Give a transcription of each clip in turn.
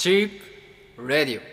チープレディオ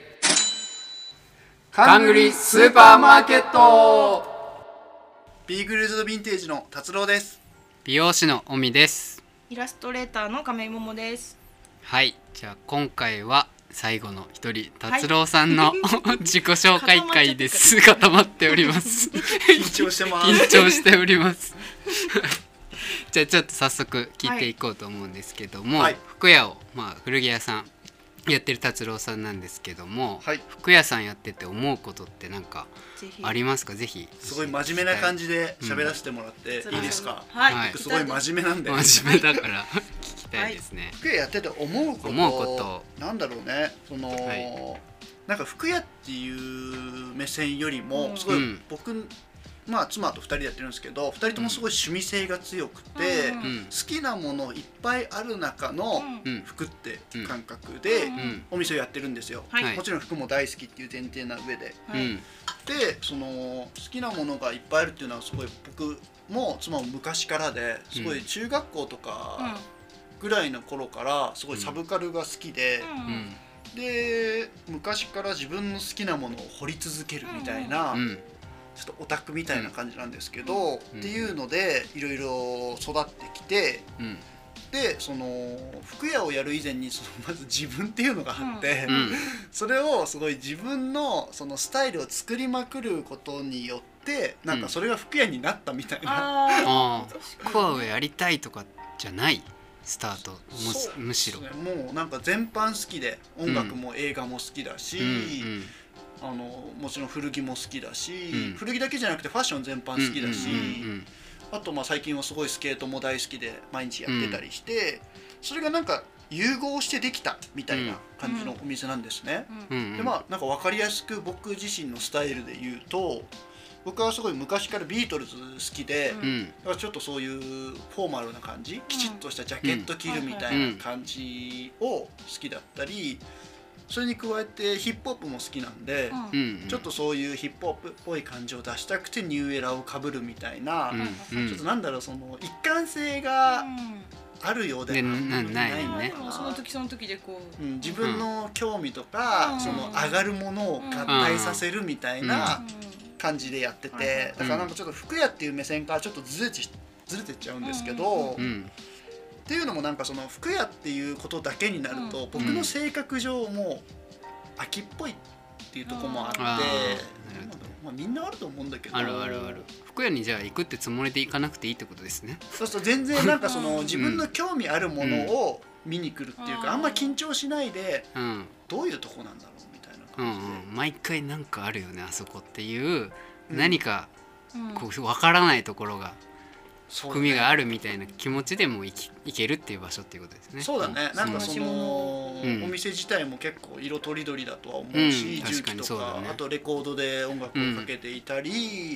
カングリスーパーマーケット。 ビーグルズドヴィンテージの達郎です。 美容師のオミです。 イラストレーターの亀井桃です。 はい、じゃあ今回は最後の一人達郎さんの、自己紹介会です。固まっております緊張してます。 緊張しておりますじゃあちょっと早速聞いていこうと思うんですけども、服屋を、古着屋さんやってる達郎さんなんですけども、服屋さんやってて思うことって何かありますか？ぜひ。 すごい真面目な感じで喋らせてもらっていいですか？僕すごい真面目なんで。 真面目だから聞きたいですね。 服屋やってて思うことなんだろうね。なんか服屋っていう目線よりもすごい僕妻と2人でやってるんですけど、2人ともすごい趣味性が強くて、好きなものいっぱいある中の服って感覚でお店をやってるんですよ。もちろん服も大好きっていう前提な上で、で好きなものがいっぱいあるっていうのはすごい僕も妻も昔からですごい中学校とかぐらいの頃からすごいサブカルが好きで、で昔から自分の好きなものを掘り続けるみたいな、ちょっとオタクみたいな感じなんですけど、っていうのでいろいろ育ってきて、で服屋をやる以前にまず自分っていうのがあって、それをすごい自分のスタイルを作りまくることによってなんかそれが服屋になったみたいな。 服屋をやりたいとかじゃないスタート、むしろもうなんか全般好きで、音楽も映画も好きだし、もちろん古着も好きだし、古着だけじゃなくてファッション全般好きだし、あと最近はすごいスケートも大好きで毎日やってたりして、それがなんか融合してできたみたいな感じのお店なんですね。でなんか分かりやすく僕自身のスタイルで言うと、僕はすごい昔からビートルズ好きで、だからちょっとそういうフォーマルな感じ、きちっとしたジャケット着るみたいな感じを好きだったり、それに加えてヒップホップも好きなんで、ちょっとそういうヒップホップっぽい感じを出したくてニューエラーをかぶるみたいな、ちょっとなんだろう、一貫性があるようでないね。 その時その時でこう、 自分の興味とか上がるものを合体させるみたいな感じでやってて、だからなんかちょっと服屋っていう目線からちょっとずれてっちゃうんですけど、っていうのもなんか服屋っていうことだけになると、僕の性格上も秋っぽいっていうところもあって、みんなあると思うんだけど、 ある服屋にじゃあ行くってつもりで行かなくていいってことですね。 そう全然なんか自分の興味あるものを見に来るっていうか、あんま緊張しないで、どういうとこなんだろうみたいな感じで、 毎回なんかあるよねあそこっていう、何かこう分からないところが組があるみたいな気持ちでも行けるっていう場所っていうことですね。 そうだね。なんかお店自体も結構色とりどりだとは思うし、重機とか、あとレコードで音楽をかけていたり、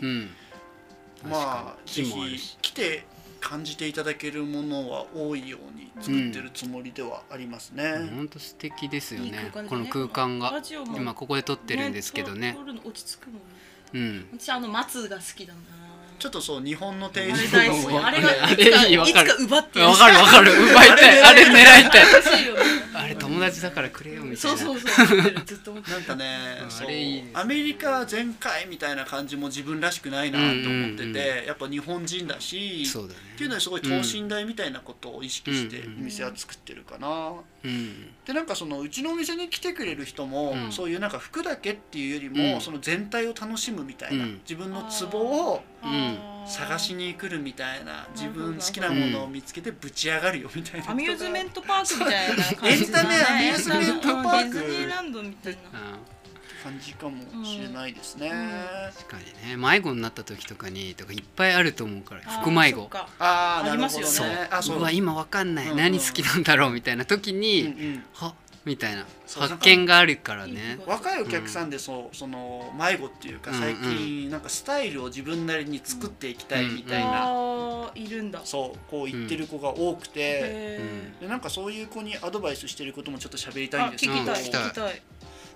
ぜひ来て感じていただけるものは多いように作ってるつもりではありますね。 本当素敵ですよね、この空間が。今ここで撮ってるんですけどね。 落ち着くもんね。私松が好きだな。 ちょっと日本のテイストあれがいつか奪ってわかる奪いたい、あれ狙いたいあれ友達だからくれよみたいな。 そうなんかね、アメリカ全開みたいな感じも自分らしくないなと思ってて、やっぱ日本人だしっていうのですごい等身大みたいなことを意識してお店は作ってるかな。でなんかうちのお店に来てくれる人もそういうなんか服だけっていうよりも全体を楽しむみたいな、自分のツボを探しに来るみたいな、自分好きなものを見つけてぶち上がるよみたいな、 アミューズメントパークみたいな感じだね。アミューズメントパーク、 ディズニーランドみたいな感じかもしれないですね。 確かにね、迷子になった時とかにいっぱいあると思うから、服迷子。 ありますよね。 うわ今わかんない、何好きなんだろうみたいな時にはみたいな発見があるからね。 若いお客さんで迷子っていうか、最近なんかスタイルを自分なりに作っていきたいみたいな、 いるんだ。 こう言ってる子が多くて、でなんかそういう子にアドバイスしてることもちょっと喋りたいんですけど、 聞きたい。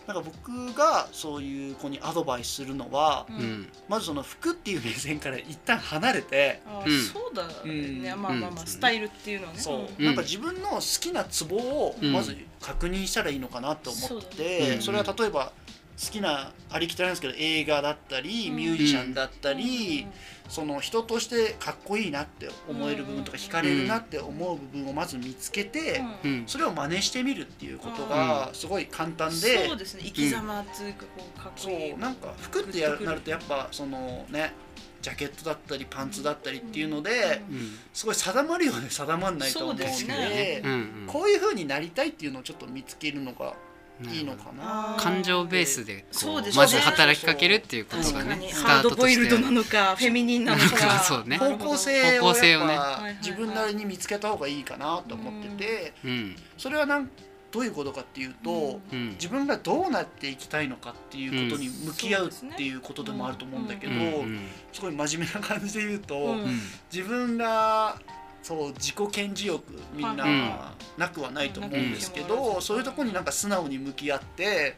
なんか僕がそういう子にアドバイスするのは、まずその服っていう目線から一旦離れて、 そうだね、まあスタイルっていうのはね、 そうなんか自分の好きなツボをまず確認したらいいのかなと思ってて、それは例えば好きなありきたりなんですけど映画だったりミュージシャンだったり、その人としてかっこいいなって思える部分とか惹かれるなって思う部分をまず見つけて、それを真似してみるっていうことがすごい簡単で、 そうですね、生き様っていうかこうかっこいい、 そうなんか服ってなるとやっぱそのねジャケットだったりパンツだったりっていうのですごい定まるようで定まんないと思うので、こういう風になりたいっていうのをちょっと見つけるのがいいのかな。 感情ベースでまず働きかけるっていうことがね、 ハードボイルドなのかフェミニンなのか、 そうね、方向性をやっぱ自分なりに見つけた方がいいかなと思ってて、それはどういうことかっていうと、自分がどうなっていきたいのかっていうことに向き合うっていうことでもあると思うんだけど、すごい真面目な感じで言うと、自分がそう自己顕示欲みんななくはないと思うんですけど、そういうところになんか素直に向き合って、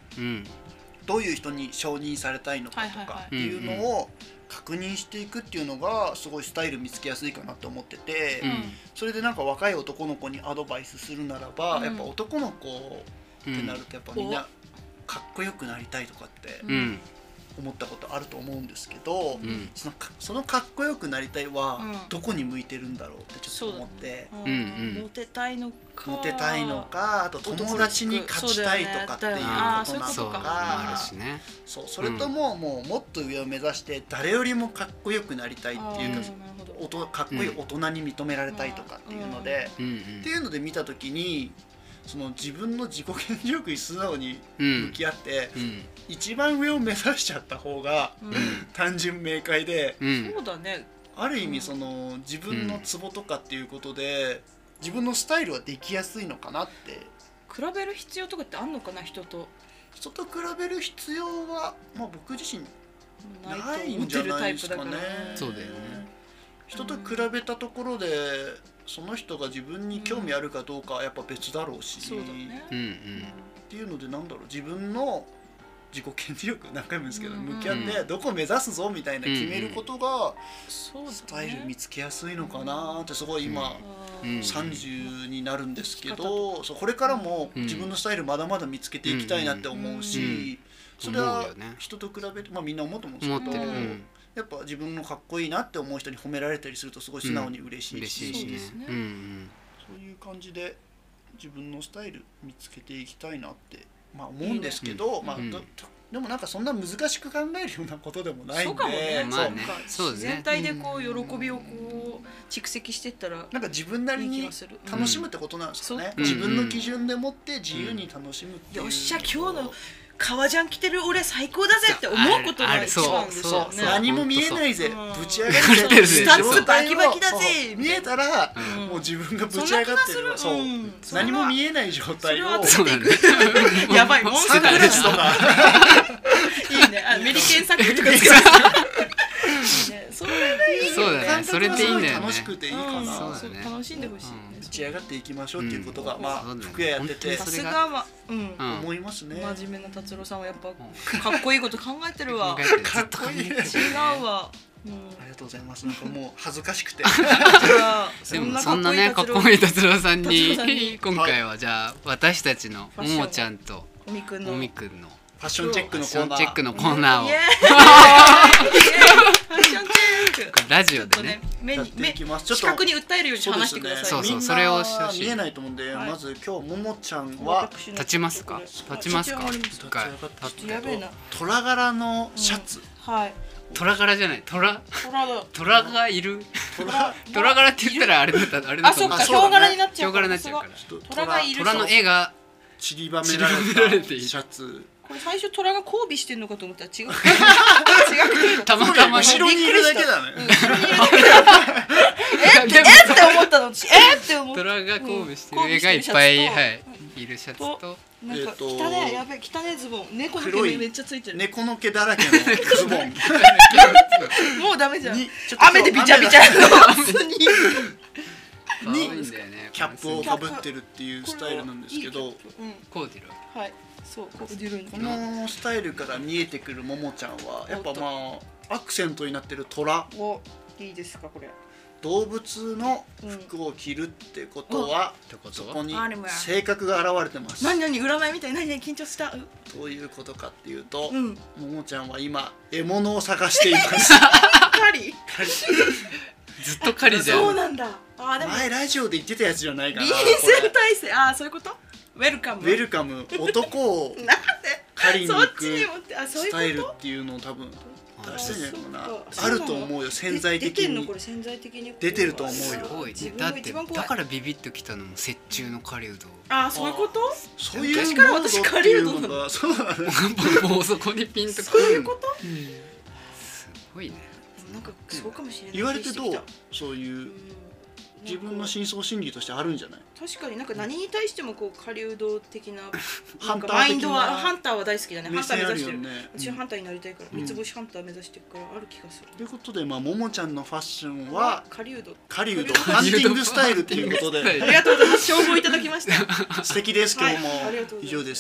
どういう人に承認されたいのかとかっていうのを確認していくっていうのがすごいスタイル見つけやすいかなと思ってて、それでなんか若い男の子にアドバイスするならば、やっぱ男の子ってなるとやっぱみんなかっこよくなりたいとかって思ったことあると思うんですけど、そのかっこよくなりたいはどこに向いてるんだろうってちょっと思って、 モテたいのか、あと友達に勝ちたいとかっていうことなのか、それとももっと上を目指して誰よりもかっこよくなりたいっていうか、かっこいい大人に認められたいとかっていうので、っていうので見た時にその自分の自己顕示欲に素直に向き合って、一番上を目指しちゃった方が、単純明快で、 そうだね、 ある意味その自分のツボとかっていうことで、自分のスタイルはできやすいのかなって。 比べる必要とかってあんのかな、人と比べる必要は、僕自身ないんじゃないですかね。 そうだよね。 人と比べたところでその人が自分に興味あるかどうかはやっぱ別だろうし、っていうので自分の自己顕示欲何回も言うんですけど向き合ってどこ目指すぞみたいな決めることがスタイル見つけやすいのかなってすごい今30になるんですけど、これからも自分のスタイルまだまだ見つけていきたいなって思うし、それは人と比べてみんな思うと思うんですけど、やっぱ自分のかっこいいなって思う人に褒められたりするとすごい素直に嬉しいし、そういう感じで自分のスタイル見つけていきたいなって思うんですけど、でもなんかそんな難しく考えるようなことでもないんで、 自然体でこう喜びをこう蓄積していったらなんか自分なりに楽しむってことなんですかね。自分の基準でもって自由に楽しむっていう。 よっしゃ今日の革ジャン着てる俺最高だぜって思うことが一番ですよね。 何も見えないぜ、ぶち上がってるスタッツバキバキだぜ見えたらもう自分がぶち上がってる、そう何も見えない状態をやばいモンスターサングラスとかいいね、アメリケンサックとか使うそれでいいそうだね、それでいいんだよね。 楽しくていいかな。 楽しんでほしい。 ぶち上がっていきましょうっていうことが服屋やっててさすがは思いますね。 真面目な達郎さんはやっぱかっこいいこと考えてるわ。 かっこいい。違うわ。 ありがとうございます。なんかもう恥ずかしくて。 でもそんなねかっこいい達郎さんに今回はじゃあ私たちのももちゃんとおみくんのファッションチェックのコーナーをラジオでね視覚に訴えるように話してください。 そうそれを見えないと思うんで、まず今日ももちゃんは立ちますかやべえな。 虎柄のシャツ。 虎柄じゃない、虎がいる。虎柄って言ったらあれだったあ、そっか、ヒョウ柄になっちゃうから。 虎の絵が散りばめられているシャツ。 これ最初虎が交尾してんのかと思ったら違う。 たまたま後ろにいるだけだね。 って思ったの。って思った。 虎が交尾してる絵がいっぱいいるシャツと。 なんか汚ね、やべえ汚ねズボン、猫の毛めっちゃついてる。 猫の毛だらけのズボン。 もうダメじゃん。雨でビチャビチャ。 にキャップをかぶってるっていうスタイルなんですけど、 コーディロイ、 はい、そうコーディロイこのスタイルから見えてくるももちゃんはやっぱまあアクセントになってる虎、 お、いいですかこれ。 動物の服を着るってことは、そこに性格が現れてます。 何占いみたい、何緊張した。 どういうことかっていうと、ももちゃんは今獲物を探しています。 狩り？ ずっと狩りじゃん。 そうなんだ。 でも前ラジオで言ってたやつじゃないかな。 臨戦態勢、そういうこと？ウェルカム。男を狩りに行くスタイルっていうのを多分出してんじゃないかな。あると思うよ、潜在的に。出てると思うよ。 だってだからビビッときたのも折衷の狩人。 そういうこと？ そういうモードっていうのが、そうだね。 もうそこにピンとくる。 そういうこと？ すごいね。 なんかそうかもしれない。 言われてどう？そういう自分の深層心理としてあるんじゃない？ 確かになんか何に対してもこう狩人的なハンター的なマインドは、ハンターは大好きだね。ハンター目指してる。私ハンターになりたいから、三つ星ハンター目指してるからある気がする。 ということで、ももちゃんのファッションは狩人ハンティングスタイルっていうことで、 ありがとうございます。称号いただきました。 素敵です。今日も以上です。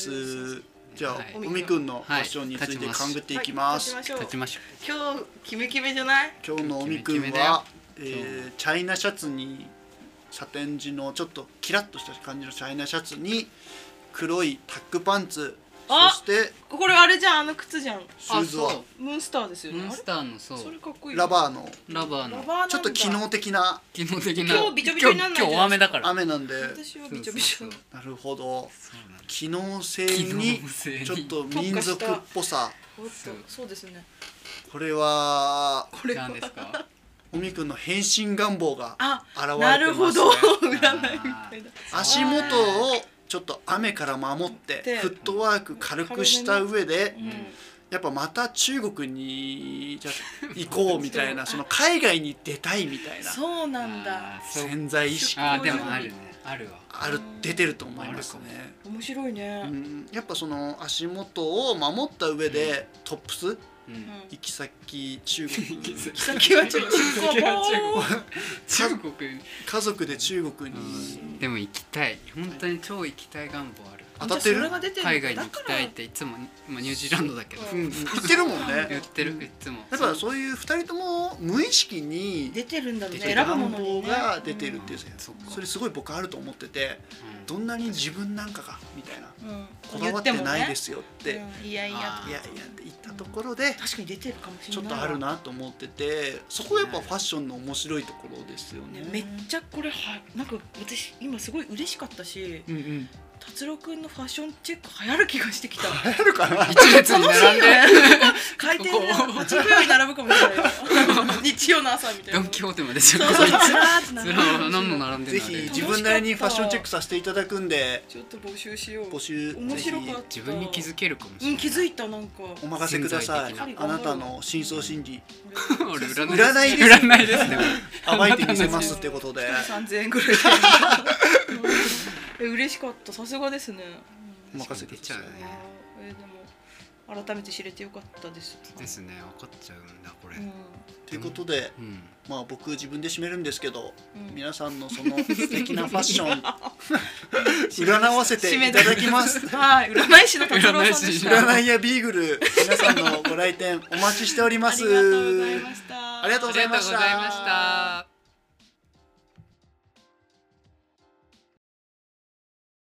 じゃあおみくんのファッションについて勘ぐっていきます。 立ちましょう。今日キメキメじゃない？ 今日のおみくんはチャイナシャツにサテン地のちょっとキラッとした感じのチャイナシャツに黒いタックパンツ、そしてこれあれじゃん、あの靴じゃん。 シューズはムーンスターですよね。 ムーンスターの、そう。 それかっこいい。 ラバーのちょっと機能的な。 今日ビチョビチョにならない。 今日大雨だから。 雨なんで。 私はビチョビチョ。 なるほど。機能性にちょっと民族っぽさ。 そうですね。 これは何ですか？ おみくんの変身願望が現れてますね。 なるほど。占いみたいな。 足元をちょっと雨から守ってフットワーク軽くした上で、やっぱまた中国にじゃ行こうみたいな、その海外に出たいみたいな。 そうなんだ。 潜在意識でもあるね。 出てると思いますね。 面白いね。 やっぱその足元を守った上でトップス。行き先中国。 行き先は中国。家族で中国に。 でも行きたい。本当に超行きたい願望ある。 当たってる？ 海外に行きたいっていつもニュージーランドだけど言ってるもんね。 言ってるいつも。 やっぱそういう2人とも無意識に出てるんだろうね。選ぶものが出てるっていう、それすごい僕あると思ってて、どんなに自分なんかがみたいなこだわってないですよっていやって言ったところで確かに出てるかもしれない。 ちょっとあるなと思ってて、そこはやっぱファッションの面白いところですよね。 めっちゃこれなんか私今すごい嬉しかったし。達郎くんのファッションチェック流行る気がしてきた。 流行るかな。 一列に並んで回転で8分に並ぶかもしれない。日曜の朝みたいな。 ドンキホーテまでしょ。 そうずらーって並んで。 ぜひ自分なりにファッションチェックさせていただくんで。 ちょっと募集しよう。 面白かった。 自分に気づけるかもしれない。 気づいたなんか。 お任せください。あなたの深層心理。 占いですね。 暴いてみせますってことで。 3000円ぐらい。嬉しかった。さすがですね。 お任せください。 でも改めて知れてよかったです。 ですね。分かっちゃうんだこれ。 ということで、僕自分で締めるんですけど、皆さんのその素敵なファッション占わせていただきます。 はい、占い師の達郎さんでした。 占いやビーグル、皆さんのご来店お待ちしております。 ありがとうございました。 ありがとうございました。